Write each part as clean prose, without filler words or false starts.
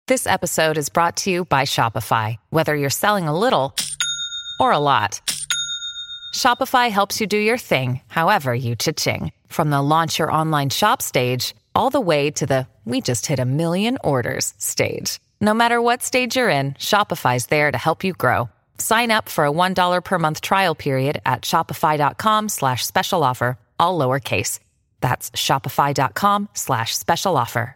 This episode is brought to you by Shopify. Whether you're selling a little or a lot, Shopify helps you do your thing, however you cha-ching. From the launch your online shop stage, all the way to the we just hit 1 million orders stage. No matter what stage you're in, Shopify's there to help you grow. Sign up for a $1 per month trial period at shopify.com/special offer, all lowercase. That's shopify.com/special offer.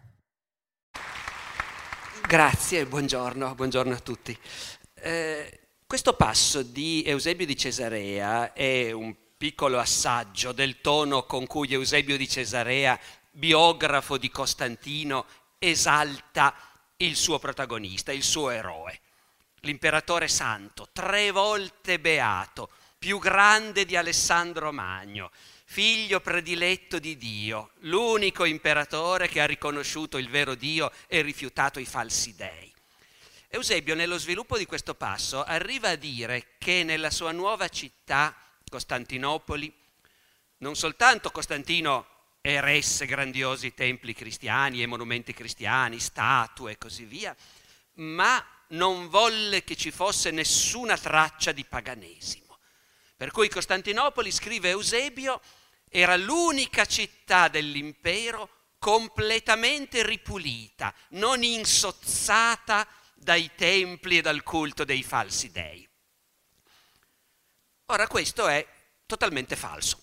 Grazie, buongiorno a tutti. Questo passo di Eusebio di Cesarea è un piccolo assaggio del tono con cui Eusebio di Cesarea, biografo di Costantino, esalta il suo protagonista, il suo eroe, l'imperatore santo, 3 volte beato, più grande di Alessandro Magno, figlio prediletto di Dio, l'unico imperatore che ha riconosciuto il vero Dio e rifiutato i falsi dei. Eusebio, nello sviluppo di questo passo, arriva a dire che nella sua nuova città, Costantinopoli, non soltanto Costantino eresse grandiosi templi cristiani e monumenti cristiani, statue e così via, ma non volle che ci fosse nessuna traccia di paganesimo. Per cui Costantinopoli, scrive Eusebio, era l'unica città dell'impero completamente ripulita, non insozzata dai templi e dal culto dei falsi dei. Ora questo è totalmente falso.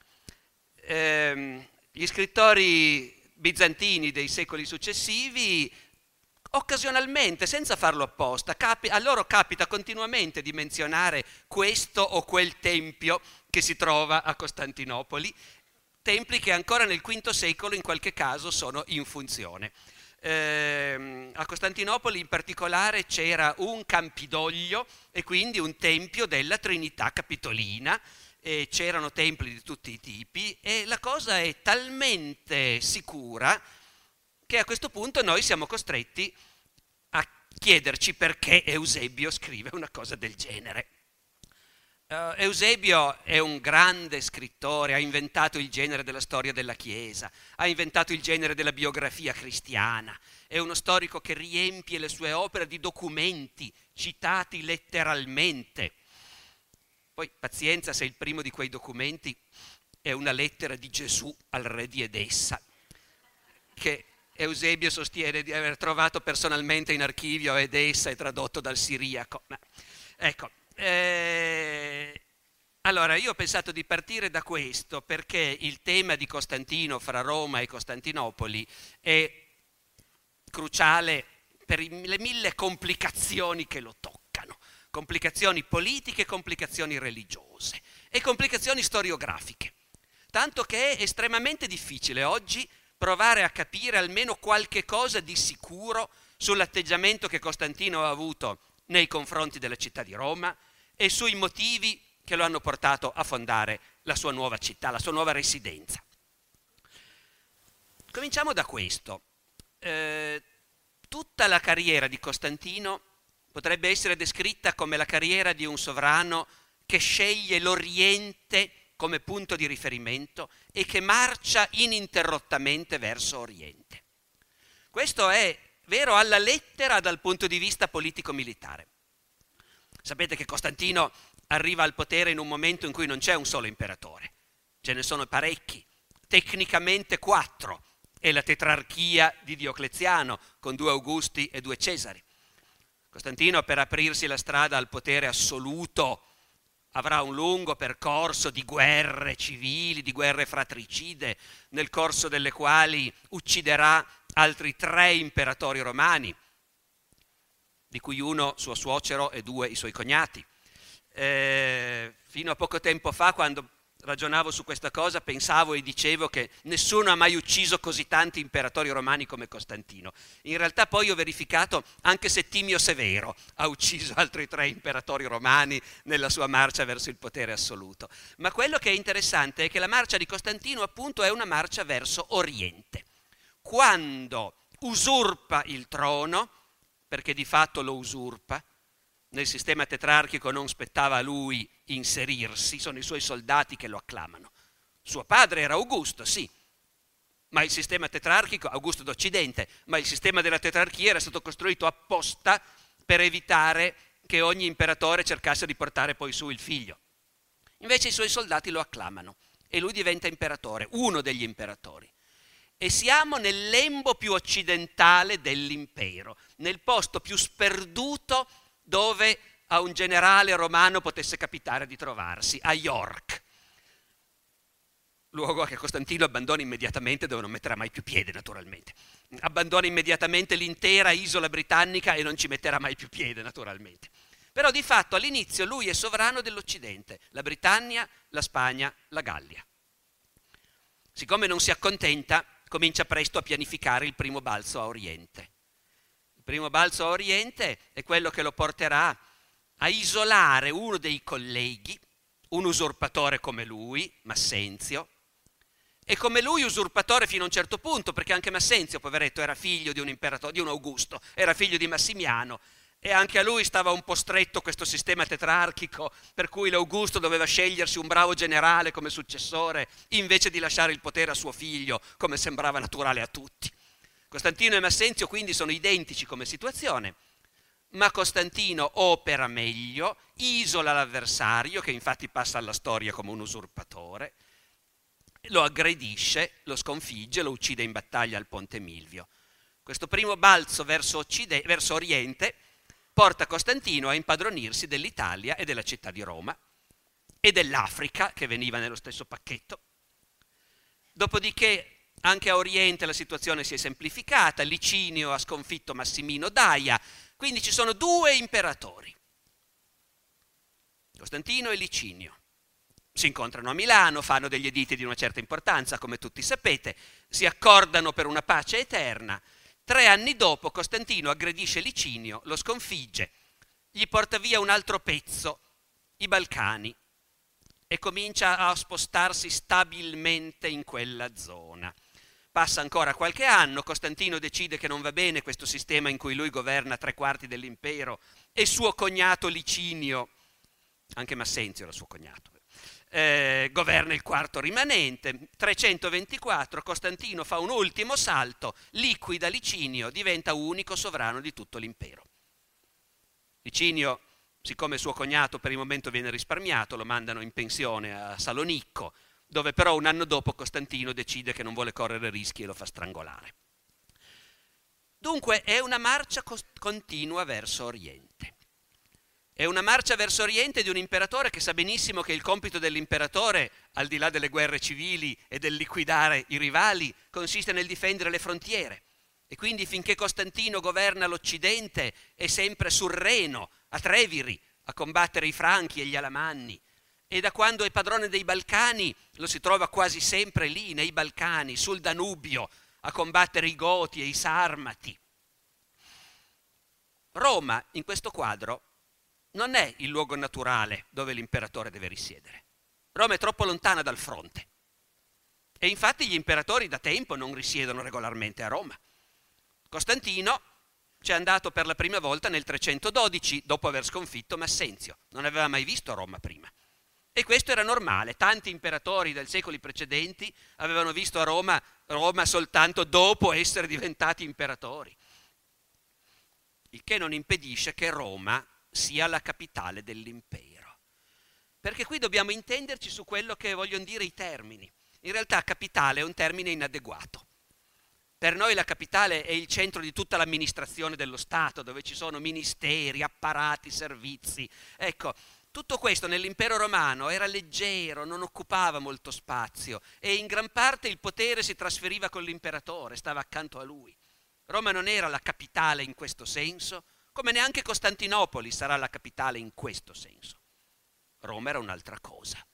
Gli scrittori bizantini dei secoli successivi, occasionalmente, senza farlo apposta, a loro capita continuamente di menzionare questo o quel tempio che si trova a Costantinopoli, templi che ancora nel V secolo in qualche caso sono in funzione. A Costantinopoli in particolare c'era un Campidoglio e quindi un tempio della Trinità Capitolina, e c'erano templi di tutti i tipi, e la cosa è talmente sicura che a questo punto noi siamo costretti a chiederci perché Eusebio scrive una cosa del genere. Eusebio è un grande scrittore, ha inventato il genere della storia della Chiesa, ha inventato il genere della biografia cristiana, è uno storico che riempie le sue opere di documenti citati letteralmente. Poi pazienza se il primo di quei documenti è una lettera di Gesù al re di Edessa, che Eusebio sostiene di aver trovato personalmente in archivio a Edessa e tradotto dal siriaco. Ecco, allora io ho pensato di partire da questo perché il tema di Costantino fra Roma e Costantinopoli è cruciale per le 1000 complicazioni che lo toccano. Complicazioni politiche, complicazioni religiose e complicazioni storiografiche. Tanto che è estremamente difficile oggi provare a capire almeno qualche cosa di sicuro sull'atteggiamento che Costantino ha avuto nei confronti della città di Roma e sui motivi che lo hanno portato a fondare la sua nuova città, la sua nuova residenza. Cominciamo da questo. Tutta la carriera di Costantino potrebbe essere descritta come la carriera di un sovrano che sceglie l'Oriente come punto di riferimento e che marcia ininterrottamente verso Oriente. Questo è vero alla lettera dal punto di vista politico-militare. Sapete che Costantino arriva al potere in un momento in cui non c'è un solo imperatore, ce ne sono parecchi, tecnicamente 4, è la tetrarchia di Diocleziano con 2 Augusti e 2 Cesari. Costantino, per aprirsi la strada al potere assoluto, avrà un lungo percorso di guerre civili, di guerre fratricide, nel corso delle quali ucciderà altri 3 imperatori romani, di cui uno suo suocero e 2 i suoi cognati. Fino a poco tempo fa, quando ragionavo su questa cosa, pensavo e dicevo che nessuno ha mai ucciso così tanti imperatori romani come Costantino. In realtà poi ho verificato anche Settimio Severo ha ucciso altri 3 imperatori romani nella sua marcia verso il potere assoluto. Ma quello che è interessante è che la marcia di Costantino appunto è una marcia verso Oriente. Quando usurpa il trono, perché di fatto lo usurpa, nel sistema tetrarchico non spettava a lui inserirsi, sono i suoi soldati che lo acclamano. Suo padre era Augusto, sì, ma il sistema tetrarchico, Augusto d'Occidente, ma il sistema della tetrarchia era stato costruito apposta per evitare che ogni imperatore cercasse di portare poi su il figlio. Invece i suoi soldati lo acclamano e lui diventa imperatore, uno degli imperatori. E siamo nel lembo più occidentale dell'impero, nel posto più sperduto dove a un generale romano potesse capitare di trovarsi, a York, luogo che Costantino abbandona immediatamente, dove non metterà mai più piede naturalmente. Abbandona immediatamente l'intera isola britannica e non ci metterà mai più piede naturalmente. Però di fatto all'inizio lui è sovrano dell'Occidente, la Britannia, la Spagna, la Gallia. Siccome non si accontenta, comincia presto a pianificare il primo balzo a Oriente. Il primo balzo a Oriente è quello che lo porterà a isolare uno dei colleghi, un usurpatore come lui, Massenzio, e come lui usurpatore fino a un certo punto, perché anche Massenzio, poveretto, era figlio di un imperatore, di un Augusto, era figlio di Massimiano, e anche a lui stava un po' stretto questo sistema tetrarchico, per cui l'Augusto doveva scegliersi un bravo generale come successore, invece di lasciare il potere a suo figlio, come sembrava naturale a tutti. Costantino e Massenzio quindi sono identici come situazione, ma Costantino opera meglio, isola l'avversario, che infatti passa alla storia come un usurpatore, lo aggredisce, lo sconfigge, lo uccide in battaglia al Ponte Milvio. Questo primo balzo verso Oriente porta Costantino a impadronirsi dell'Italia e della città di Roma e dell'Africa, che veniva nello stesso pacchetto. Dopodiché anche a Oriente la situazione si è semplificata, Licinio ha sconfitto Massimino Daia, quindi ci sono due imperatori, Costantino e Licinio. Si incontrano a Milano, fanno degli editti di una certa importanza, come tutti sapete, si accordano per una pace eterna. 3 anni dopo Costantino aggredisce Licinio, lo sconfigge, gli porta via un altro pezzo, i Balcani, e comincia a spostarsi stabilmente in quella zona. Passa ancora qualche anno, Costantino decide che non va bene questo sistema in cui lui governa 3/4 dell'impero e suo cognato Licinio, anche Massenzio era suo cognato, governa il quarto rimanente. 324 Costantino fa un ultimo salto, liquida Licinio, diventa unico sovrano di tutto l'impero. Licinio, siccome suo cognato per il momento viene risparmiato, lo mandano in pensione a Salonicco, dove però un anno dopo Costantino decide che non vuole correre rischi e lo fa strangolare. Dunque è una marcia continua verso Oriente. È una marcia verso Oriente di un imperatore che sa benissimo che il compito dell'imperatore, al di là delle guerre civili e del liquidare i rivali, consiste nel difendere le frontiere. E quindi finché Costantino governa l'Occidente è sempre sul Reno, a Treviri, a combattere i Franchi e gli Alamanni. E da quando è padrone dei Balcani lo si trova quasi sempre lì, nei Balcani, sul Danubio, a combattere i Goti e i Sarmati. Roma, in questo quadro, non è il luogo naturale dove l'imperatore deve risiedere. Roma è troppo lontana dal fronte. E infatti gli imperatori da tempo non risiedono regolarmente a Roma. Costantino ci è andato per la prima volta nel 312, dopo aver sconfitto Massenzio. Non aveva mai visto Roma prima. E questo era normale. Tanti imperatori dai secoli precedenti avevano visto a Roma soltanto dopo essere diventati imperatori. Il che non impedisce che Roma sia la capitale dell'impero. Perché qui dobbiamo intenderci su quello che vogliono dire i termini. In realtà capitale è un termine inadeguato. Per noi la capitale è il centro di tutta l'amministrazione dello Stato, dove ci sono ministeri, apparati, servizi. Ecco, tutto questo nell'impero romano era leggero, non occupava molto spazio e in gran parte il potere si trasferiva con l'imperatore, stava accanto a lui. Roma non era la capitale in questo senso, come neanche Costantinopoli sarà la capitale in questo senso. Roma era un'altra cosa.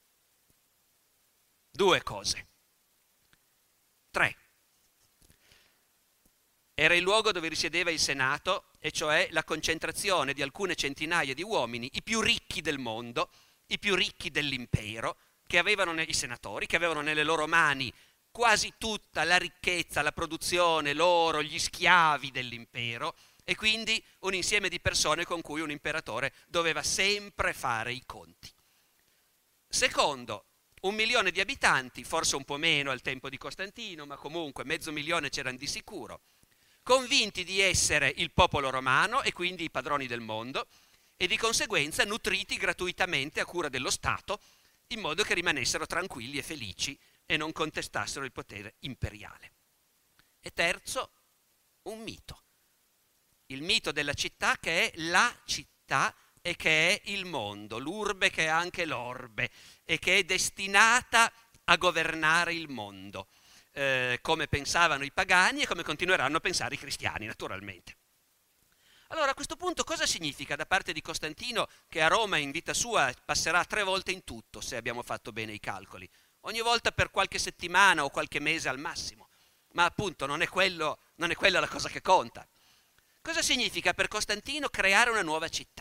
2 cose. 3. Era il luogo dove risiedeva il Senato, e cioè la concentrazione di alcune centinaia di uomini, i più ricchi del mondo, i più ricchi dell'impero, i senatori, che avevano nelle loro mani quasi tutta la ricchezza, la produzione, l'oro, gli schiavi dell'impero, e quindi un insieme di persone con cui un imperatore doveva sempre fare i conti. Secondo, 1 milione di abitanti, forse un po' meno al tempo di Costantino, ma comunque 500.000 c'erano di sicuro, convinti di essere il popolo romano e quindi i padroni del mondo, e di conseguenza nutriti gratuitamente a cura dello Stato, in modo che rimanessero tranquilli e felici e non contestassero il potere imperiale. E terzo, un mito. Il mito della città che è la città e che è il mondo, l'urbe che è anche l'orbe e che è destinata a governare il mondo, come pensavano i pagani e come continueranno a pensare i cristiani, naturalmente. Allora, a questo punto cosa significa da parte di Costantino, che a Roma in vita sua passerà 3 volte in tutto, se abbiamo fatto bene i calcoli, ogni volta per qualche settimana o qualche mese al massimo, ma appunto non è quella la cosa che conta. Cosa significa per Costantino creare una nuova città?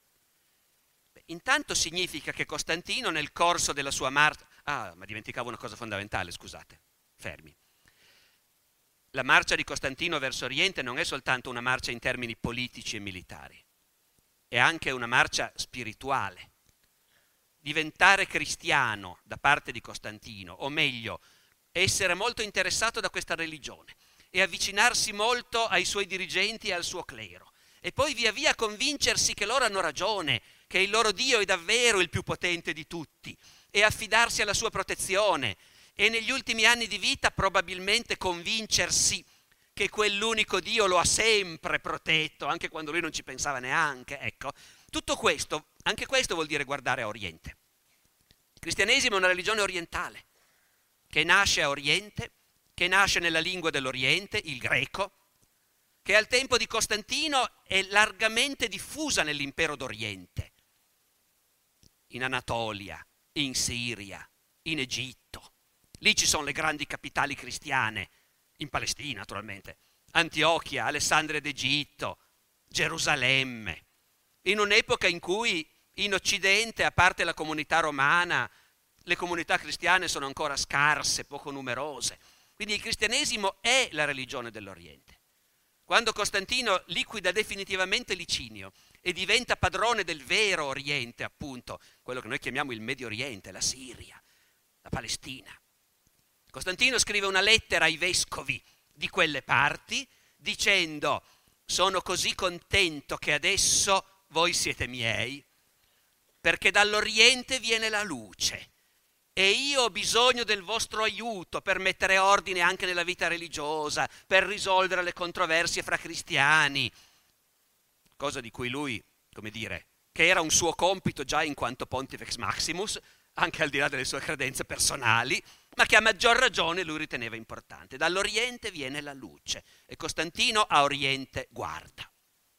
Beh, intanto significa che Costantino nel corso della sua marcia... Ah, ma dimenticavo una cosa fondamentale, scusate, fermi. La marcia di Costantino verso Oriente non è soltanto una marcia in termini politici e militari, è anche una marcia spirituale. Diventare cristiano da parte di Costantino, o meglio, essere molto interessato da questa religione e avvicinarsi molto ai suoi dirigenti e al suo clero, e poi via via convincersi che loro hanno ragione, che il loro Dio è davvero il più potente di tutti, e affidarsi alla sua protezione, e negli ultimi anni di vita probabilmente convincersi che quell'unico Dio lo ha sempre protetto, anche quando lui non ci pensava neanche. Ecco, tutto questo, anche questo vuol dire guardare a Oriente. Il cristianesimo è una religione orientale, che nasce a Oriente, che nasce nella lingua dell'Oriente, il greco, che al tempo di Costantino è largamente diffusa nell'impero d'Oriente, in Anatolia, in Siria, in Egitto. Lì ci sono le grandi capitali cristiane, in Palestina naturalmente, Antiochia, Alessandria d'Egitto, Gerusalemme, in un'epoca in cui in Occidente, a parte la comunità romana, le comunità cristiane sono ancora scarse, poco numerose. Quindi il cristianesimo è la religione dell'Oriente. Quando Costantino liquida definitivamente Licinio e diventa padrone del vero Oriente, appunto, quello che noi chiamiamo il Medio Oriente, la Siria, la Palestina, Costantino scrive una lettera ai vescovi di quelle parti dicendo: sono così contento che adesso voi siete miei, perché dall'Oriente viene la luce e io ho bisogno del vostro aiuto per mettere ordine anche nella vita religiosa, per risolvere le controversie fra cristiani, cosa di cui lui, come dire, che era un suo compito già in quanto Pontifex Maximus, anche al di là delle sue credenze personali, ma che a maggior ragione lui riteneva importante. Dall'Oriente viene la luce e Costantino a Oriente guarda.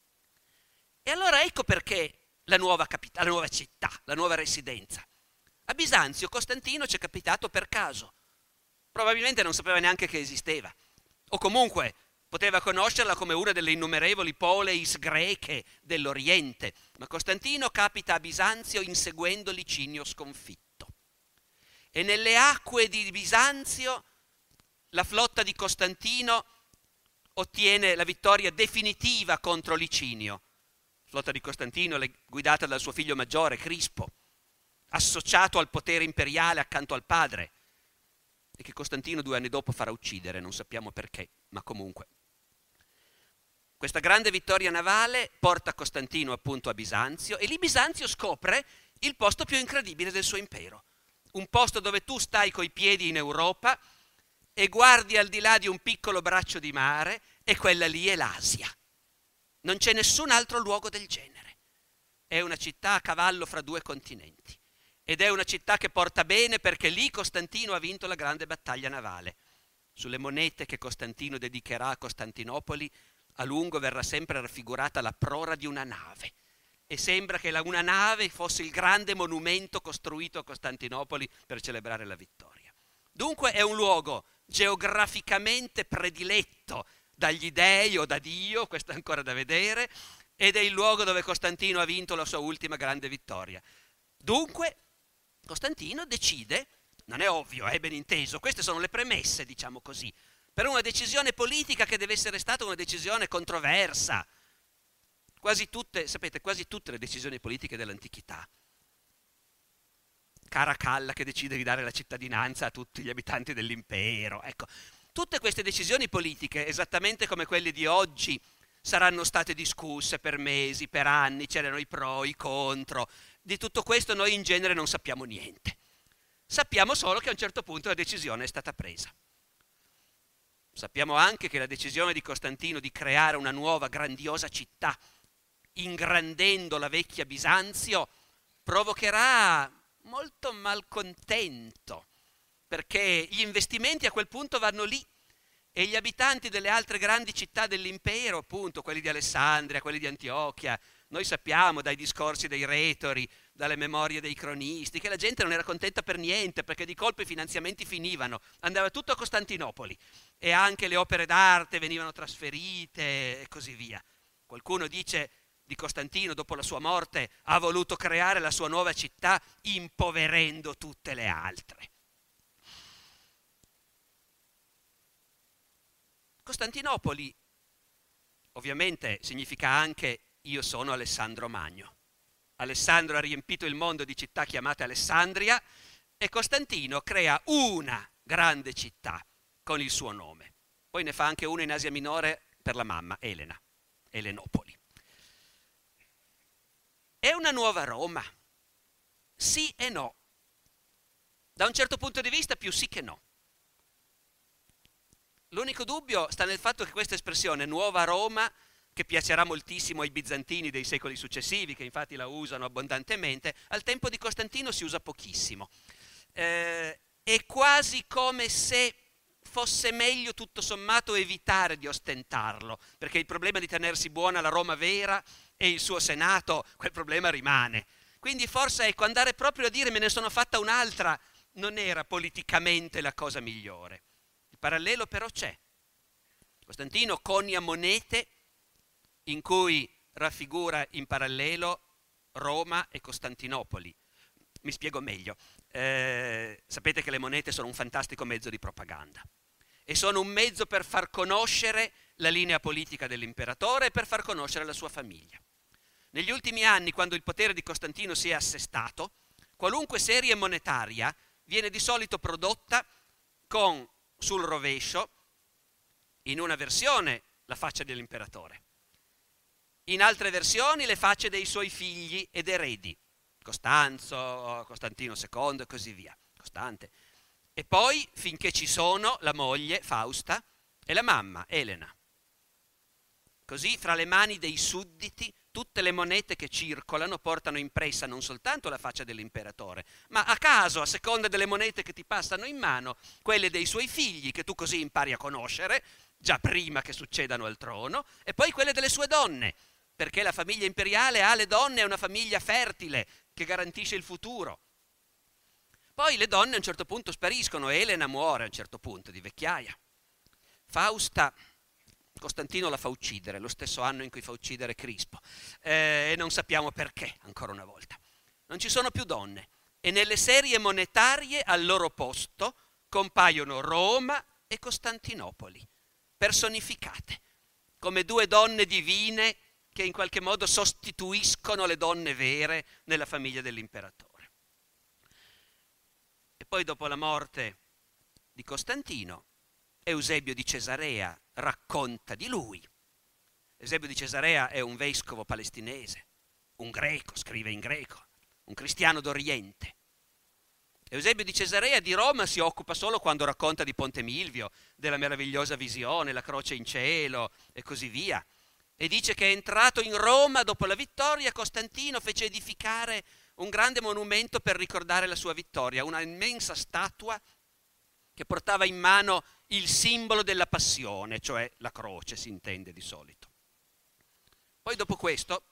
E allora ecco perché la nuova città, la nuova residenza. A Bisanzio Costantino ci è capitato per caso. Probabilmente non sapeva neanche che esisteva, o comunque poteva conoscerla come una delle innumerevoli poleis greche dell'Oriente, ma Costantino capita a Bisanzio inseguendo Licinio sconfitto. E nelle acque di Bisanzio la flotta di Costantino ottiene la vittoria definitiva contro Licinio. La flotta di Costantino è guidata dal suo figlio maggiore, Crispo, associato al potere imperiale accanto al padre, e che Costantino 2 anni dopo farà uccidere, non sappiamo perché, ma comunque. Questa grande vittoria navale porta Costantino appunto a Bisanzio, e lì Bisanzio scopre il posto più incredibile del suo impero. Un posto dove tu stai coi piedi in Europa e guardi al di là di un piccolo braccio di mare, e quella lì è l'Asia. Non c'è nessun altro luogo del genere. È una città a cavallo fra 2 continenti. Ed è una città che porta bene perché lì Costantino ha vinto la grande battaglia navale. Sulle monete che Costantino dedicherà a Costantinopoli, a lungo verrà sempre raffigurata la prora di una nave. E sembra che una nave fosse il grande monumento costruito a Costantinopoli per celebrare la vittoria. Dunque è un luogo geograficamente prediletto dagli dei o da Dio, questo è ancora da vedere, ed è il luogo dove Costantino ha vinto la sua ultima grande vittoria. Dunque Costantino decide, non è ovvio, è ben inteso, queste sono le premesse, diciamo così, per una decisione politica che deve essere stata una decisione controversa. Quasi tutte le decisioni politiche dell'antichità Caracalla che decide di dare la cittadinanza a tutti gli abitanti dell'impero. Ecco, tutte queste decisioni politiche, esattamente come quelle di oggi, saranno state discusse per mesi, per anni, c'erano i pro, i contro. Di tutto questo noi in genere non sappiamo niente. Sappiamo solo che a un certo punto la decisione è stata presa. Sappiamo anche che la decisione di Costantino di creare una nuova grandiosa città, ingrandendo la vecchia Bisanzio, provocherà molto malcontento, perché gli investimenti a quel punto vanno lì e gli abitanti delle altre grandi città dell'impero, appunto quelli di Alessandria, quelli di Antiochia, noi sappiamo dai discorsi dei retori, dalle memorie dei cronisti, che la gente non era contenta per niente, perché di colpo i finanziamenti finivano, andava tutto a Costantinopoli e anche le opere d'arte venivano trasferite e così via. Qualcuno dice di Costantino, dopo la sua morte, ha voluto creare la sua nuova città impoverendo tutte le altre. Costantinopoli ovviamente significa anche io sono Alessandro Magno. Alessandro ha riempito il mondo di città chiamate Alessandria e Costantino crea una grande città con il suo nome. Poi ne fa anche una in Asia Minore per la mamma, Elena, Elenopoli. È una nuova Roma? Sì e no. Da un certo punto di vista più sì che no. L'unico dubbio sta nel fatto che questa espressione nuova Roma, che piacerà moltissimo ai bizantini dei secoli successivi, che infatti la usano abbondantemente, al tempo di Costantino si usa pochissimo. È quasi come se fosse meglio tutto sommato evitare di ostentarlo, perché il problema di tenersi buona la Roma vera e il suo Senato, quel problema rimane. Quindi forse ecco, andare proprio a dire me ne sono fatta un'altra non era politicamente la cosa migliore. Il parallelo però c'è. Costantino conia monete in cui raffigura in parallelo Roma e Costantinopoli. Mi spiego meglio. Sapete che le monete sono un fantastico mezzo di propaganda e sono un mezzo per far conoscere la linea politica dell'imperatore e per far conoscere la sua famiglia. Negli ultimi anni, quando il potere di Costantino si è assestato, qualunque serie monetaria viene di solito prodotta con sul rovescio, in una versione, la faccia dell'imperatore, in altre versioni le facce dei suoi figli ed eredi, Costanzo, Costantino II e così via, Costante. E poi, finché ci sono, la moglie, Fausta, e la mamma, Elena. Così, fra le mani dei sudditi, tutte le monete che circolano portano impressa non soltanto la faccia dell'imperatore, ma a caso, a seconda delle monete che ti passano in mano, quelle dei suoi figli, che tu così impari a conoscere, già prima che succedano al trono, e poi quelle delle sue donne, perché la famiglia imperiale ha le donne, è una famiglia fertile che garantisce il futuro. Poi le donne a un certo punto spariscono, Elena muore a un certo punto di vecchiaia. Fausta, Costantino la fa uccidere, lo stesso anno in cui fa uccidere Crispo, e non sappiamo perché, ancora una volta. Non ci sono più donne e nelle serie monetarie al loro posto compaiono Roma e Costantinopoli, personificate, come due donne divine che in qualche modo sostituiscono le donne vere nella famiglia dell'imperatore. E poi dopo la morte di Costantino, Eusebio di Cesarea racconta di lui. Eusebio di Cesarea è un vescovo palestinese, un greco, scrive in greco, un cristiano d'Oriente. Eusebio di Cesarea di Roma si occupa solo quando racconta di Ponte Milvio, della meravigliosa visione, la croce in cielo e così via. E dice che è entrato in Roma dopo la vittoria, Costantino fece edificare un grande monumento per ricordare la sua vittoria, una immensa statua che portava in mano il simbolo della passione, cioè la croce si intende di solito. Poi dopo questo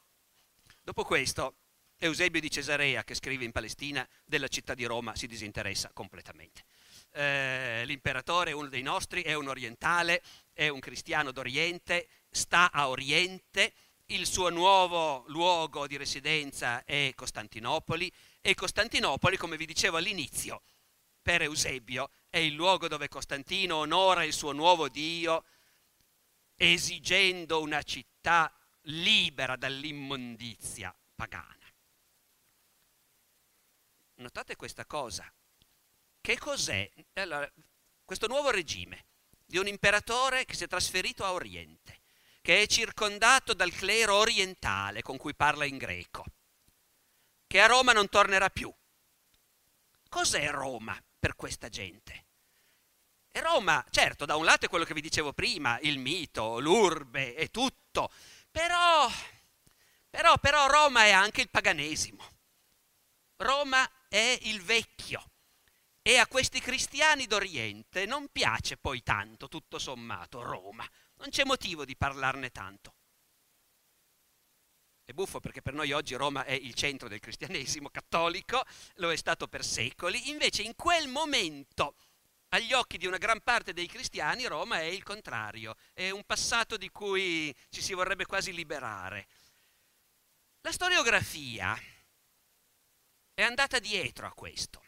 Eusebio di Cesarea, che scrive in Palestina, della città di Roma si disinteressa completamente. L'imperatore è uno dei nostri, è un orientale, è un cristiano d'Oriente, sta a Oriente, il suo nuovo luogo di residenza è Costantinopoli e Costantinopoli, come vi dicevo all'inizio, per Eusebio è il luogo dove Costantino onora il suo nuovo dio esigendo una città libera dall'immondizia pagana. notate questa cosa. Che cos'è? Allora, questo nuovo regime di un imperatore che si è trasferito a Oriente, che è circondato dal clero orientale con cui parla in greco, che a Roma non tornerà più. Cos'è Roma per questa gente? E Roma, certo, da un lato è quello che vi dicevo prima, il mito, l'urbe e tutto, però Roma è anche il paganesimo. Roma è il vecchio. E a questi cristiani d'Oriente non piace poi tanto, tutto sommato, Roma. Non c'è motivo di parlarne tanto. È buffo perché per noi oggi Roma è il centro del cristianesimo cattolico, lo è stato per secoli, invece in quel momento, agli occhi di una gran parte dei cristiani, Roma è il contrario, è un passato di cui ci si vorrebbe quasi liberare. La storiografia è andata dietro a questo.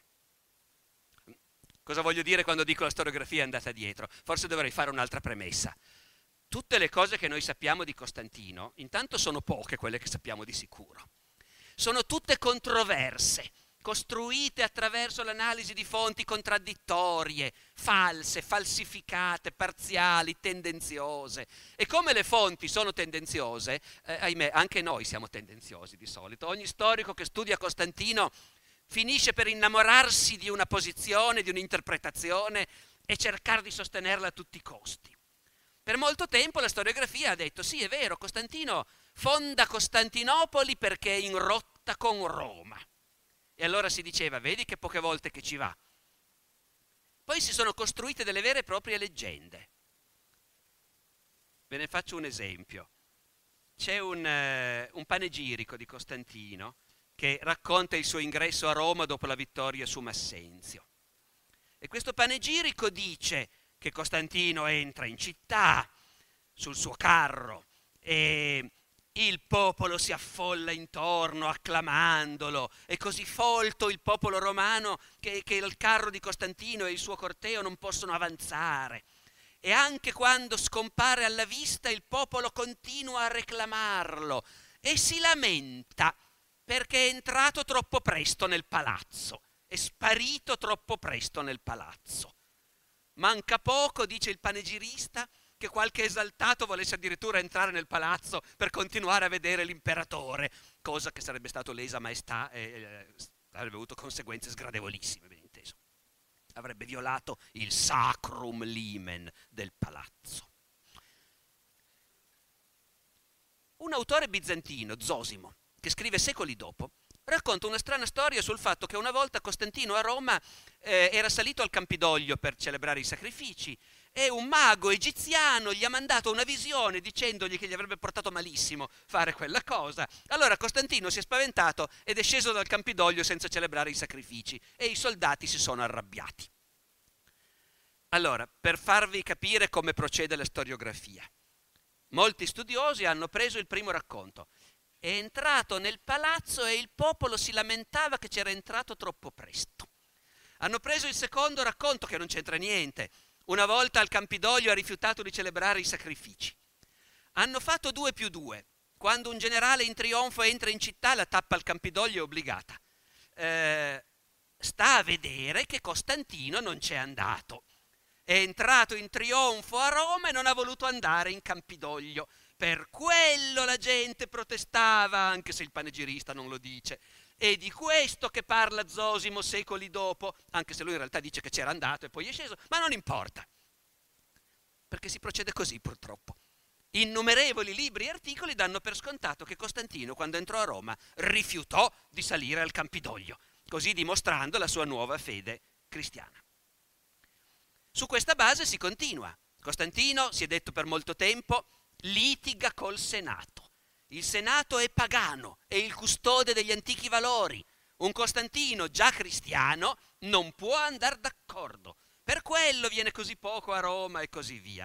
Cosa voglio dire quando dico la storiografia è andata dietro? Forse dovrei fare un'altra premessa. Tutte le cose che noi sappiamo di Costantino, intanto sono poche quelle che sappiamo di sicuro. Sono tutte controverse, costruite attraverso l'analisi di fonti contraddittorie, false, falsificate, parziali, tendenziose. E come le fonti sono tendenziose, ahimè, anche noi siamo tendenziosi di solito. Ogni storico che studia Costantino finisce per innamorarsi di una posizione, di un'interpretazione e cercare di sostenerla a tutti i costi. Per molto tempo la storiografia ha detto sì, è vero, Costantino fonda Costantinopoli perché è in rotta con Roma. E allora si diceva, vedi che poche volte che ci va. Poi si sono costruite delle vere e proprie leggende. Ve ne faccio un esempio. C'è un panegirico di Costantino che racconta il suo ingresso a Roma dopo la vittoria su Massenzio. E questo panegirico dice che Costantino entra in città sul suo carro e il popolo si affolla intorno acclamandolo, è così folto il popolo romano che il carro di Costantino e il suo corteo non possono avanzare. E anche quando scompare alla vista il popolo continua a reclamarlo e si lamenta perché è entrato troppo presto nel palazzo, è sparito troppo presto nel palazzo. Manca poco, dice il panegirista, che qualche esaltato volesse addirittura entrare nel palazzo per continuare a vedere l'imperatore, cosa che sarebbe stato lesa maestà e avrebbe avuto conseguenze sgradevolissime, ben inteso. Avrebbe violato il sacrum limen del palazzo. Un autore bizantino, Zosimo, che scrive secoli dopo, racconta una strana storia sul fatto che una volta Costantino a Roma era salito al Campidoglio per celebrare i sacrifici e un mago egiziano gli ha mandato una visione dicendogli che gli avrebbe portato malissimo fare quella cosa. Allora Costantino si è spaventato ed è sceso dal Campidoglio senza celebrare i sacrifici e i soldati si sono arrabbiati. Allora, per farvi capire come procede la storiografia, molti studiosi hanno preso il primo racconto. È entrato nel palazzo e il popolo si lamentava che c'era entrato troppo presto. Hanno preso il secondo racconto, che non c'entra niente. Una volta al Campidoglio ha rifiutato di celebrare i sacrifici. Hanno fatto 2 più 2. Quando un generale in trionfo entra in città, la tappa al Campidoglio è obbligata. Sta a vedere che Costantino non c'è andato. È entrato in trionfo a Roma e non ha voluto andare in Campidoglio. Per quello la gente protestava, anche se il panegirista non lo dice. È di questo che parla Zosimo secoli dopo, anche se lui in realtà dice che c'era andato e poi è sceso, ma non importa. Perché si procede così, purtroppo. Innumerevoli libri e articoli danno per scontato che Costantino, quando entrò a Roma, rifiutò di salire al Campidoglio, così dimostrando la sua nuova fede cristiana. Su questa base si continua. Costantino, si è detto per molto tempo, litiga col Senato. Il Senato è pagano, è il custode degli antichi valori. Un Costantino già cristiano non può andare d'accordo. Per quello viene così poco a Roma e così via.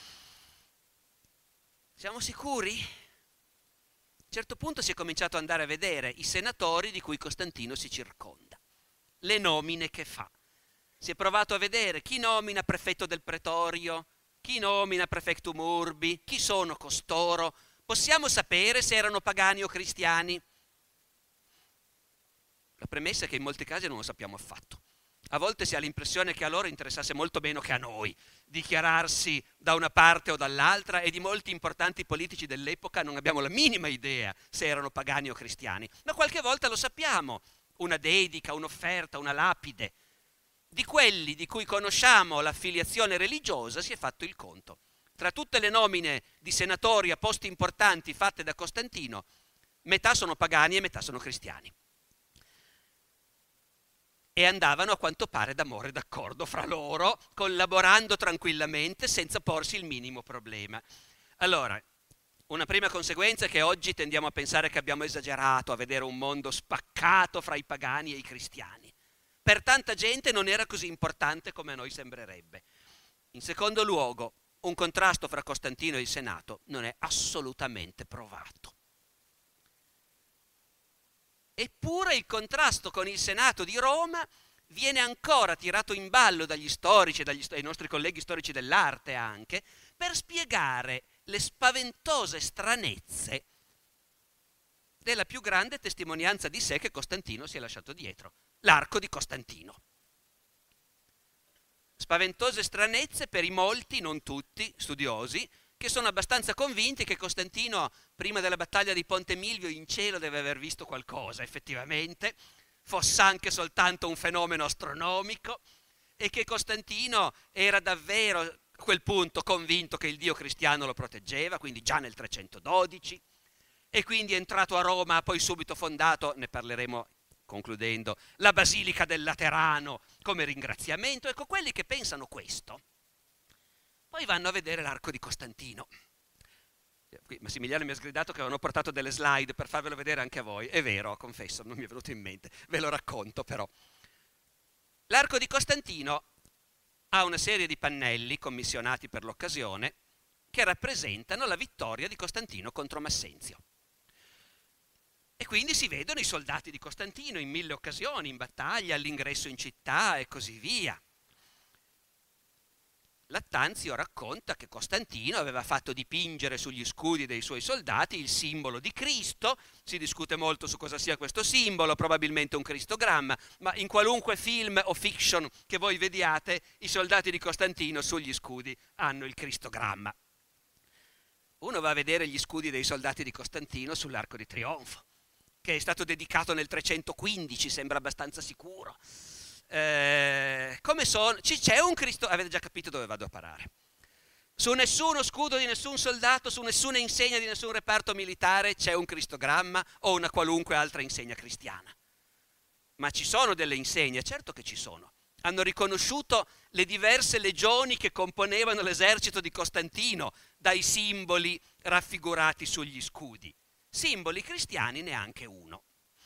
Siamo sicuri? A un certo punto si è cominciato ad andare a vedere i senatori di cui Costantino si circonda, le nomine che fa. Si è provato a vedere chi nomina prefetto del pretorio, chi nomina prefectum urbi, chi sono costoro. Possiamo sapere se erano pagani o cristiani? La premessa è che in molti casi non lo sappiamo affatto. A volte si ha l'impressione che a loro interessasse molto meno che a noi dichiararsi da una parte o dall'altra, e di molti importanti politici dell'epoca non abbiamo la minima idea se erano pagani o cristiani, ma qualche volta lo sappiamo, una dedica, un'offerta, una lapide. Di quelli di cui conosciamo l'affiliazione religiosa si è fatto il conto. Tra tutte le nomine di senatori a posti importanti fatte da Costantino, metà sono pagani e metà sono cristiani. E andavano a quanto pare d'amore d'accordo fra loro, collaborando tranquillamente senza porsi il minimo problema. Allora, una prima conseguenza è che oggi tendiamo a pensare che abbiamo esagerato, a vedere un mondo spaccato fra i pagani e i cristiani. Per tanta gente non era così importante come a noi sembrerebbe. In secondo luogo, un contrasto fra Costantino e il Senato non è assolutamente provato. Eppure il contrasto con il Senato di Roma viene ancora tirato in ballo dagli storici, dai nostri colleghi storici dell'arte anche, per spiegare le spaventose stranezze della più grande testimonianza di sé che Costantino si è lasciato dietro, l'arco di Costantino. Spaventose stranezze per i molti, non tutti, studiosi, che sono abbastanza convinti che Costantino, prima della battaglia di Ponte Milvio, in cielo deve aver visto qualcosa, effettivamente, fosse anche soltanto un fenomeno astronomico, e che Costantino era davvero a quel punto convinto che il Dio cristiano lo proteggeva, quindi già nel 312, e quindi è entrato a Roma, ha poi subito fondato, ne parleremo concludendo, la Basilica del Laterano come ringraziamento. Ecco, quelli che pensano questo poi vanno a vedere l'arco di Costantino. Qui Massimiliano mi ha sgridato che avevano portato delle slide per farvelo vedere anche a voi. È vero, confesso, non mi è venuto in mente, ve lo racconto però. L'arco di Costantino ha una serie di pannelli commissionati per l'occasione che rappresentano la vittoria di Costantino contro Massenzio. E quindi si vedono i soldati di Costantino in 1000 occasioni, in battaglia, all'ingresso in città e così via. Lattanzio racconta che Costantino aveva fatto dipingere sugli scudi dei suoi soldati il simbolo di Cristo. Si discute molto su cosa sia questo simbolo, probabilmente un cristogramma, ma in qualunque film o fiction che voi vediate, i soldati di Costantino sugli scudi hanno il cristogramma. Uno va a vedere gli scudi dei soldati di Costantino sull'Arco di Trionfo, che è stato dedicato nel 315, sembra abbastanza sicuro. Come sono? C'è un Cristo, avete già capito dove vado a parare. Su nessuno scudo di nessun soldato, su nessuna insegna di nessun reparto militare c'è un cristogramma o una qualunque altra insegna cristiana. Ma ci sono delle insegne, certo che ci sono. Hanno riconosciuto le diverse legioni che componevano l'esercito di Costantino dai simboli raffigurati sugli scudi. Simboli cristiani neanche uno.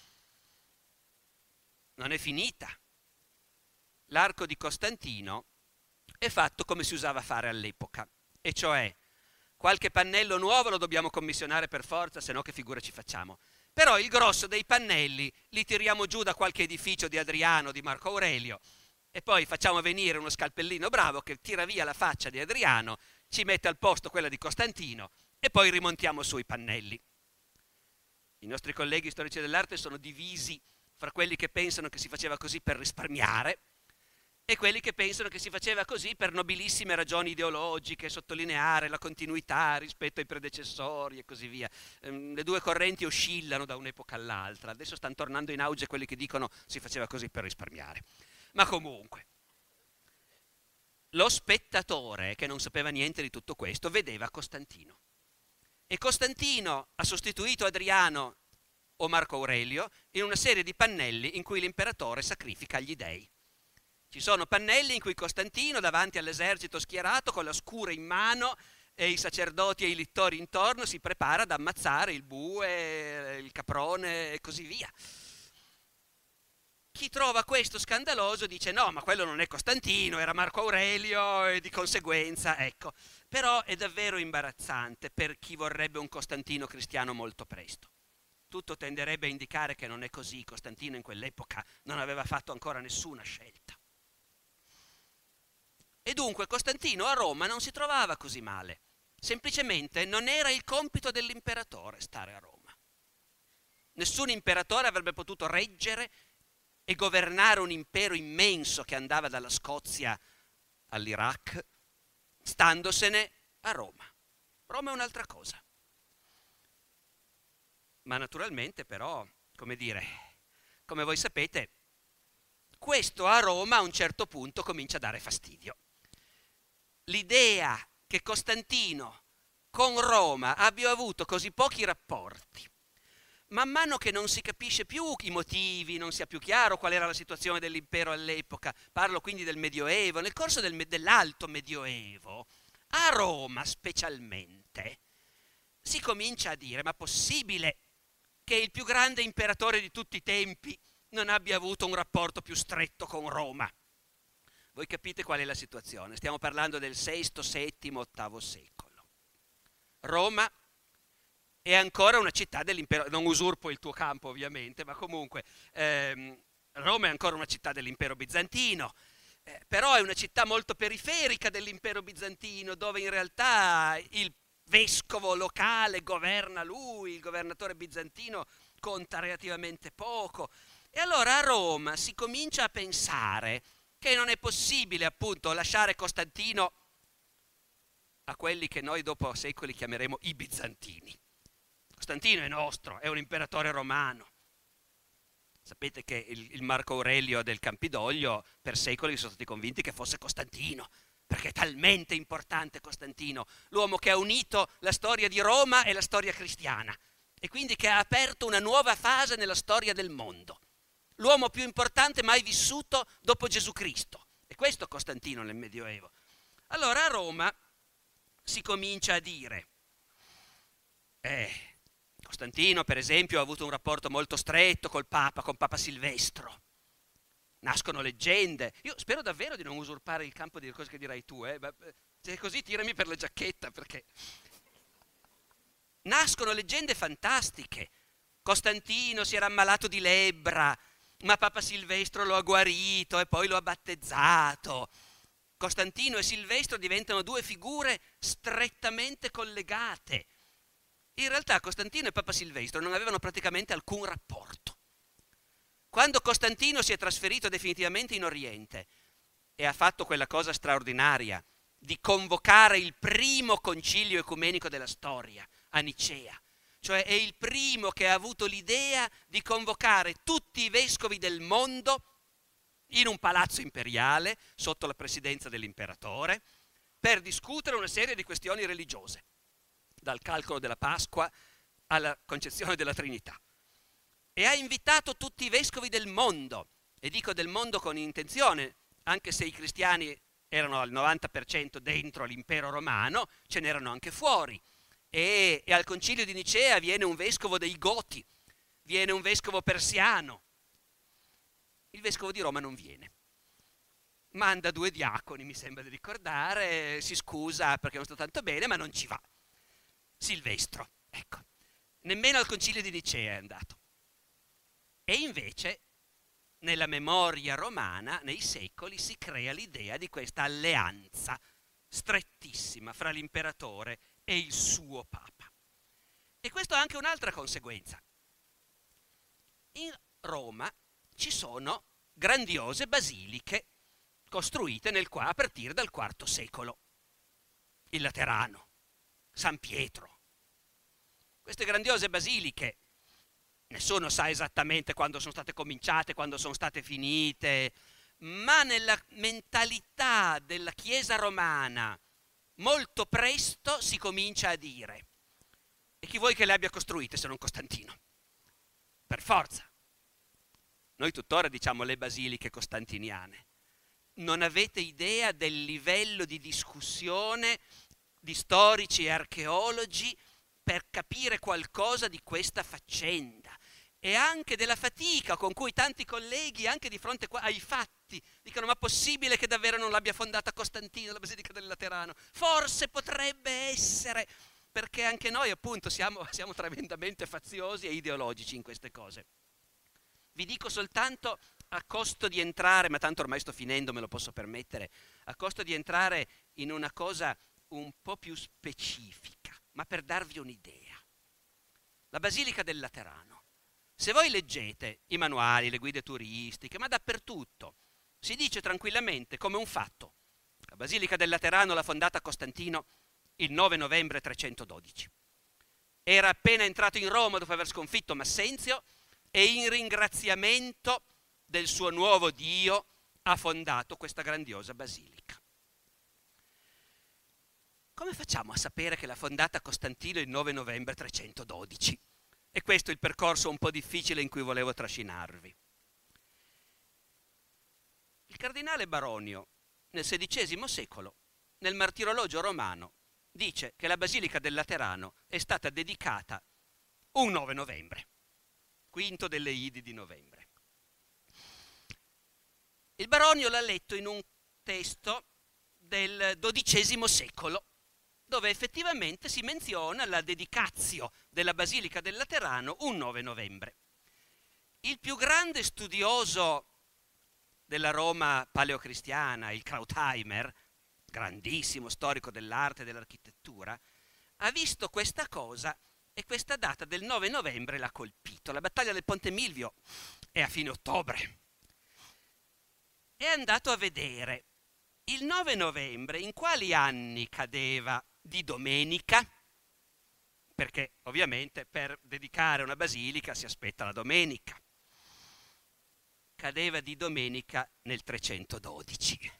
Non è finita. L'arco di Costantino è fatto come si usava fare all'epoca, e cioè qualche pannello nuovo lo dobbiamo commissionare per forza, se no che figura ci facciamo. Però il grosso dei pannelli li tiriamo giù da qualche edificio di Adriano, di Marco Aurelio, e poi facciamo venire uno scalpellino bravo che tira via la faccia di Adriano, ci mette al posto quella di Costantino e poi rimontiamo su i pannelli. I nostri colleghi storici dell'arte sono divisi fra quelli che pensano che si faceva così per risparmiare e quelli che pensano che si faceva così per nobilissime ragioni ideologiche, sottolineare la continuità rispetto ai predecessori e così via. Le due correnti oscillano da un'epoca all'altra. Adesso stanno tornando in auge quelli che dicono si faceva così per risparmiare. Ma comunque, lo spettatore che non sapeva niente di tutto questo vedeva Costantino. E Costantino ha sostituito Adriano o Marco Aurelio in una serie di pannelli in cui l'imperatore sacrifica gli dei. Ci sono pannelli in cui Costantino, davanti all'esercito schierato, con la scura in mano e i sacerdoti e i littori intorno, si prepara ad ammazzare il bue, il caprone e così via. Chi trova questo scandaloso dice no, ma quello non è Costantino, era Marco Aurelio e di conseguenza, ecco. Però è davvero imbarazzante per chi vorrebbe un Costantino cristiano molto presto. Tutto tenderebbe a indicare che non è così. Costantino in quell'epoca non aveva fatto ancora nessuna scelta. E dunque Costantino a Roma non si trovava così male. Semplicemente non era il compito dell'imperatore stare a Roma. Nessun imperatore avrebbe potuto reggere e governare un impero immenso che andava dalla Scozia all'Iraq, standosene a Roma. Roma è un'altra cosa. Ma naturalmente però, come voi sapete, questo a Roma a un certo punto comincia a dare fastidio. L'idea che Costantino con Roma abbia avuto così pochi rapporti, man mano che non si capisce più i motivi, non sia più chiaro qual era la situazione dell'impero all'epoca, parlo quindi del Medioevo, nel corso dell'Alto Medioevo, a Roma specialmente, si comincia a dire: ma possibile che il più grande imperatore di tutti i tempi non abbia avuto un rapporto più stretto con Roma? Voi capite qual è la situazione? Stiamo parlando del VI, VII, VIII secolo. Roma è ancora una città dell'impero, non usurpo il tuo campo ovviamente, ma comunque Roma è ancora una città dell'impero bizantino, però è una città molto periferica dell'impero bizantino, dove in realtà il vescovo locale governa lui, il governatore bizantino conta relativamente poco. E allora a Roma si comincia a pensare che non è possibile appunto lasciare Costantino a quelli che noi dopo secoli chiameremo i bizantini. Costantino è nostro, è un imperatore romano. Sapete che il Marco Aurelio del Campidoglio per secoli sono stati convinti che fosse Costantino, perché è talmente importante Costantino, l'uomo che ha unito la storia di Roma e la storia cristiana, e quindi che ha aperto una nuova fase nella storia del mondo. L'uomo più importante mai vissuto dopo Gesù Cristo. E questo è Costantino nel Medioevo. Allora a Roma si comincia a dire: Costantino, per esempio, ha avuto un rapporto molto stretto con Papa Silvestro. Nascono leggende. Io spero davvero di non usurpare il campo di cose che dirai tu, ma se è così tirami per la giacchetta, perché nascono leggende fantastiche. Costantino si era ammalato di lebbra, ma Papa Silvestro lo ha guarito e poi lo ha battezzato. Costantino e Silvestro diventano due figure strettamente collegate. In realtà Costantino e Papa Silvestro non avevano praticamente alcun rapporto. Quando Costantino si è trasferito definitivamente in Oriente e ha fatto quella cosa straordinaria di convocare il primo concilio ecumenico della storia a Nicea, cioè è il primo che ha avuto l'idea di convocare tutti i vescovi del mondo in un palazzo imperiale sotto la presidenza dell'imperatore per discutere una serie di questioni religiose, dal calcolo della Pasqua alla concezione della Trinità. E ha invitato tutti i vescovi del mondo, e dico del mondo con intenzione, anche se i cristiani erano al 90% dentro l'impero romano, ce n'erano anche fuori. E al concilio di Nicea viene un vescovo dei Goti, viene un vescovo persiano. Il vescovo di Roma non viene. Manda 2 diaconi, mi sembra di ricordare, si scusa perché non sto tanto bene, ma non ci va. Silvestro, ecco, nemmeno al concilio di Nicea è andato. E invece nella memoria romana, nei secoli, si crea l'idea di questa alleanza strettissima fra l'imperatore e il suo papa. E questo ha anche un'altra conseguenza. In Roma ci sono grandiose basiliche costruite a partire dal IV secolo. Il Laterano, San Pietro. Queste grandiose basiliche, nessuno sa esattamente quando sono state cominciate, quando sono state finite, ma nella mentalità della Chiesa romana molto presto si comincia a dire: e chi vuoi che le abbia costruite se non Costantino? Per forza. Noi tuttora diciamo le basiliche costantiniane. Non avete idea del livello di discussione di storici e archeologi per capire qualcosa di questa faccenda, e anche della fatica con cui tanti colleghi, anche di fronte ai fatti, dicono: ma possibile che davvero non l'abbia fondata Costantino, la Basilica del Laterano? Forse potrebbe essere, perché anche noi appunto siamo tremendamente faziosi e ideologici in queste cose. Vi dico soltanto, a costo di entrare, ma tanto ormai sto finendo, me lo posso permettere, a costo di entrare in una cosa un po' più specifica, ma per darvi un'idea. La Basilica del Laterano Se voi leggete i manuali, le guide turistiche, ma dappertutto, si dice tranquillamente come un fatto: la Basilica del Laterano l'ha fondata Costantino il 9 novembre 312. Era appena entrato in Roma dopo aver sconfitto Massenzio e in ringraziamento del suo nuovo Dio ha fondato questa grandiosa basilica. Come facciamo a sapere che l'ha fondata Costantino il 9 novembre 312? E questo è il percorso un po' difficile in cui volevo trascinarvi. Il cardinale Baronio, nel XVI secolo, nel Martirologio romano, dice che la Basilica del Laterano è stata dedicata un 9 novembre, quinto delle Idi di novembre. Il Baronio l'ha letto in un testo del XII secolo, dove effettivamente si menziona la dedicazio della Basilica del Laterano un 9 novembre. Il più grande studioso della Roma paleocristiana, il Krautheimer, grandissimo storico dell'arte e dell'architettura, ha visto questa cosa e questa data del 9 novembre l'ha colpito. La battaglia del Ponte Milvio è a fine ottobre. È andato a vedere il 9 novembre in quali anni cadeva di domenica, perché ovviamente per dedicare una basilica si aspetta la domenica. Cadeva di domenica nel 312.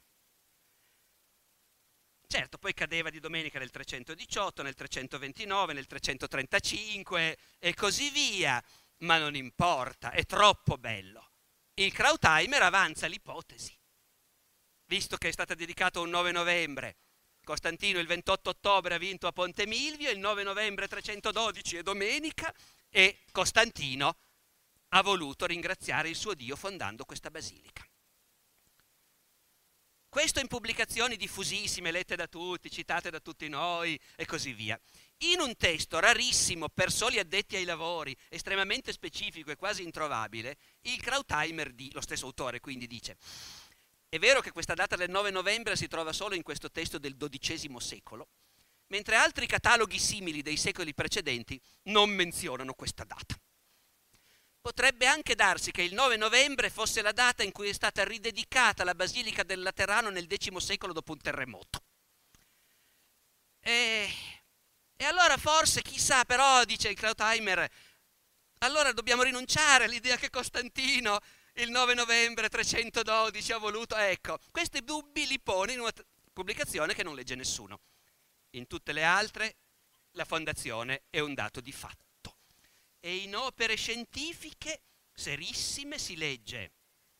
Certo, poi cadeva di domenica nel 318, nel 329, nel 335 e così via, ma non importa, è troppo bello. Il Krautheimer avanza l'ipotesi, visto che è stata dedicata un 9 novembre, Costantino il 28 ottobre ha vinto a Ponte Milvio, il 9 novembre 312 è domenica e Costantino ha voluto ringraziare il suo Dio fondando questa basilica. Questo in pubblicazioni diffusissime, lette da tutti, citate da tutti noi e così via. In un testo rarissimo per soli addetti ai lavori, estremamente specifico e quasi introvabile, il Krautheimer, lo stesso autore quindi dice: è vero che questa data del 9 novembre si trova solo in questo testo del XII secolo, mentre altri cataloghi simili dei secoli precedenti non menzionano questa data. Potrebbe anche darsi che il 9 novembre fosse la data in cui è stata ridedicata la Basilica del Laterano nel X secolo dopo un terremoto. E allora forse, chissà, però, dice il Krautheimer, allora dobbiamo rinunciare all'idea che Costantino il 9 novembre 312 ha voluto. Ecco, questi dubbi li pone in una pubblicazione che non legge nessuno. In tutte le altre la fondazione è un dato di fatto. E in opere scientifiche serissime si legge: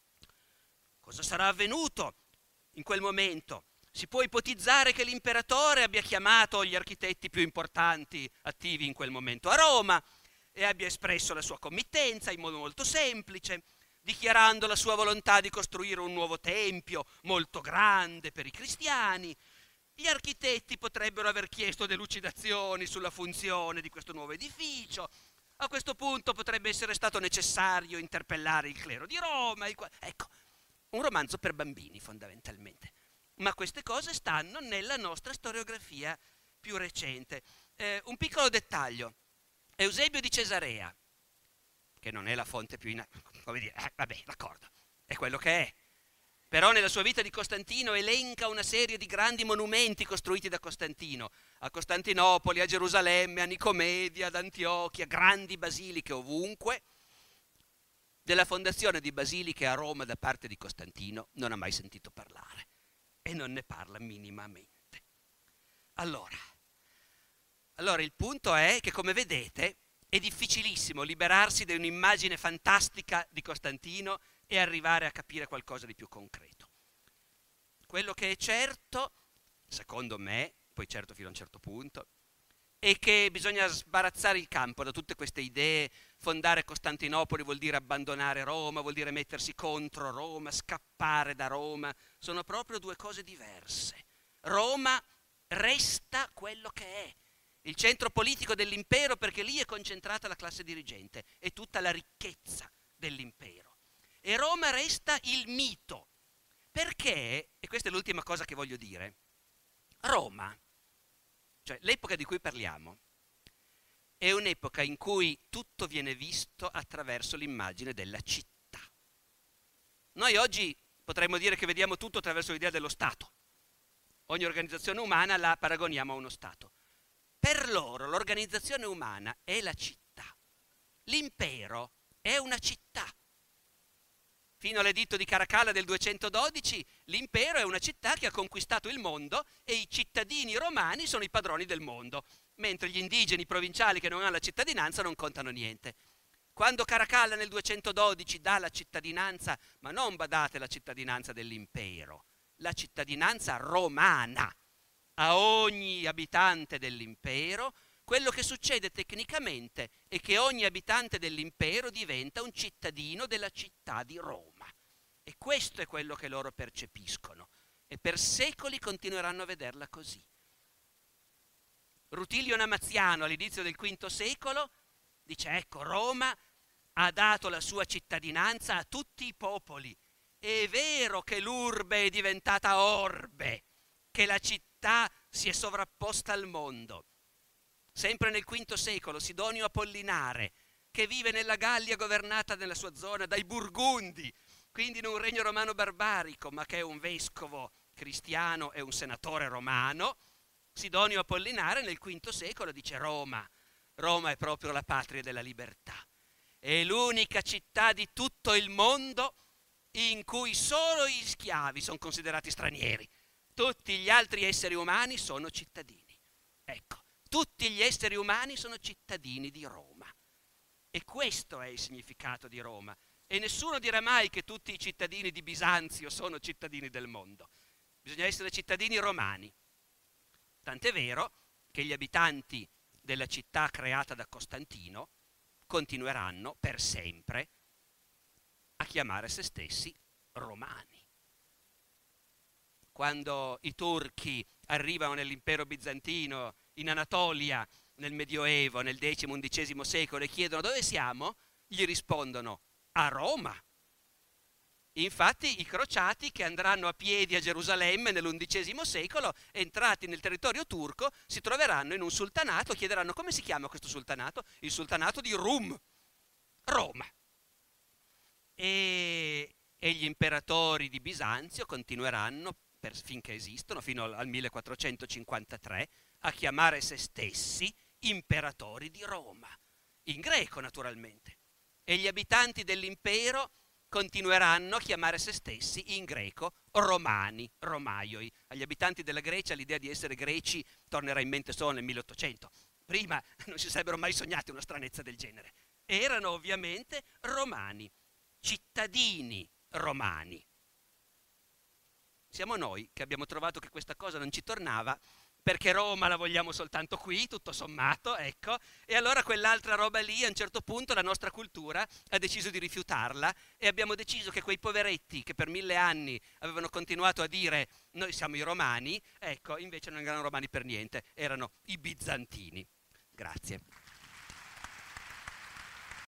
cosa sarà avvenuto in quel momento? Si può ipotizzare che l'imperatore abbia chiamato gli architetti più importanti attivi in quel momento a Roma e abbia espresso la sua committenza in modo molto semplice, dichiarando la sua volontà di costruire un nuovo tempio molto grande per i cristiani. Gli architetti potrebbero aver chiesto delucidazioni sulla funzione di questo nuovo edificio. A questo punto potrebbe essere stato necessario interpellare il clero di Roma. Ecco, un romanzo per bambini fondamentalmente. Ma queste cose stanno nella nostra storiografia più recente. Un piccolo dettaglio. Eusebio di Cesarea, che non è la fonte più come dire, vabbè, d'accordo, è quello che è. Però nella sua vita di Costantino elenca una serie di grandi monumenti costruiti da Costantino, a Costantinopoli, a Gerusalemme, a Nicomedia, ad Antiochia, grandi basiliche ovunque. Della fondazione di basiliche a Roma da parte di Costantino non ha mai sentito parlare e non ne parla minimamente. Allora il punto è che, come vedete, è difficilissimo liberarsi da un'immagine fantastica di Costantino e arrivare a capire qualcosa di più concreto. Quello che è certo, secondo me, poi certo fino a un certo punto, è che bisogna sbarazzare il campo da tutte queste idee. Fondare Costantinopoli vuol dire abbandonare Roma, vuol dire mettersi contro Roma, scappare da Roma. Sono proprio due cose diverse. Roma resta quello che è, il centro politico dell'impero, perché lì è concentrata la classe dirigente e tutta la ricchezza dell'impero. E Roma resta il mito, perché, e questa è l'ultima cosa che voglio dire, Roma, cioè l'epoca di cui parliamo, è un'epoca in cui tutto viene visto attraverso l'immagine della città. Noi oggi potremmo dire che vediamo tutto attraverso l'idea dello Stato. Ogni organizzazione umana la paragoniamo a uno Stato. Per loro l'organizzazione umana è la città. L'impero è una città. Fino all'editto di Caracalla del 212 l'impero è una città che ha conquistato il mondo e i cittadini romani sono i padroni del mondo, mentre gli indigeni provinciali che non hanno la cittadinanza non contano niente. Quando Caracalla nel 212 dà la cittadinanza, ma non badate la cittadinanza dell'impero, la cittadinanza romana a ogni abitante dell'impero, quello che succede tecnicamente è che ogni abitante dell'impero diventa un cittadino della città di Roma. E questo è quello che loro percepiscono. E per secoli continueranno a vederla così. Rutilio Namaziano all'inizio del V secolo dice: ecco, Roma ha dato la sua cittadinanza a tutti i popoli. È vero che l'urbe è diventata orbe, che la città si è sovrapposta al mondo. Sempre nel V secolo Sidonio Apollinare, che vive nella Gallia governata nella sua zona dai Burgundi, quindi in un regno romano barbarico, ma che è un vescovo cristiano e un senatore romano, Sidonio Apollinare nel V secolo dice: Roma è proprio la patria della libertà. È l'unica città di tutto il mondo in cui solo gli schiavi sono considerati stranieri. Tutti gli altri esseri umani sono cittadini. Ecco, tutti gli esseri umani sono cittadini di Roma. E questo è il significato di Roma. E nessuno dirà mai che tutti i cittadini di Bisanzio sono cittadini del mondo. Bisogna essere cittadini romani. Tant'è vero che gli abitanti della città creata da Costantino continueranno per sempre a chiamare se stessi romani. Quando i turchi arrivano nell'impero bizantino, in Anatolia, nel Medioevo, nel X-XI secolo, e chiedono: dove siamo? Gli rispondono: a Roma. Infatti i crociati che andranno a piedi a Gerusalemme nell'XI secolo, entrati nel territorio turco, si troveranno in un sultanato, chiederanno: come si chiama questo sultanato? Il sultanato di Rum, Roma. E gli imperatori di Bisanzio continueranno, finché esistono, fino al 1453, a chiamare se stessi imperatori di Roma, in greco naturalmente. E gli abitanti dell'impero continueranno a chiamare se stessi in greco romani, romaioi. Agli abitanti della Grecia l'idea di essere greci tornerà in mente solo nel 1800. Prima non si sarebbero mai sognati una stranezza del genere. Erano ovviamente romani, cittadini romani. Siamo noi che abbiamo trovato che questa cosa non ci tornava, perché Roma la vogliamo soltanto qui, tutto sommato, ecco, e allora quell'altra roba lì, a un certo punto la nostra cultura ha deciso di rifiutarla e abbiamo deciso che quei poveretti che per 1000 anni avevano continuato a dire noi siamo i romani, ecco, invece non erano romani per niente, erano i bizantini. Grazie.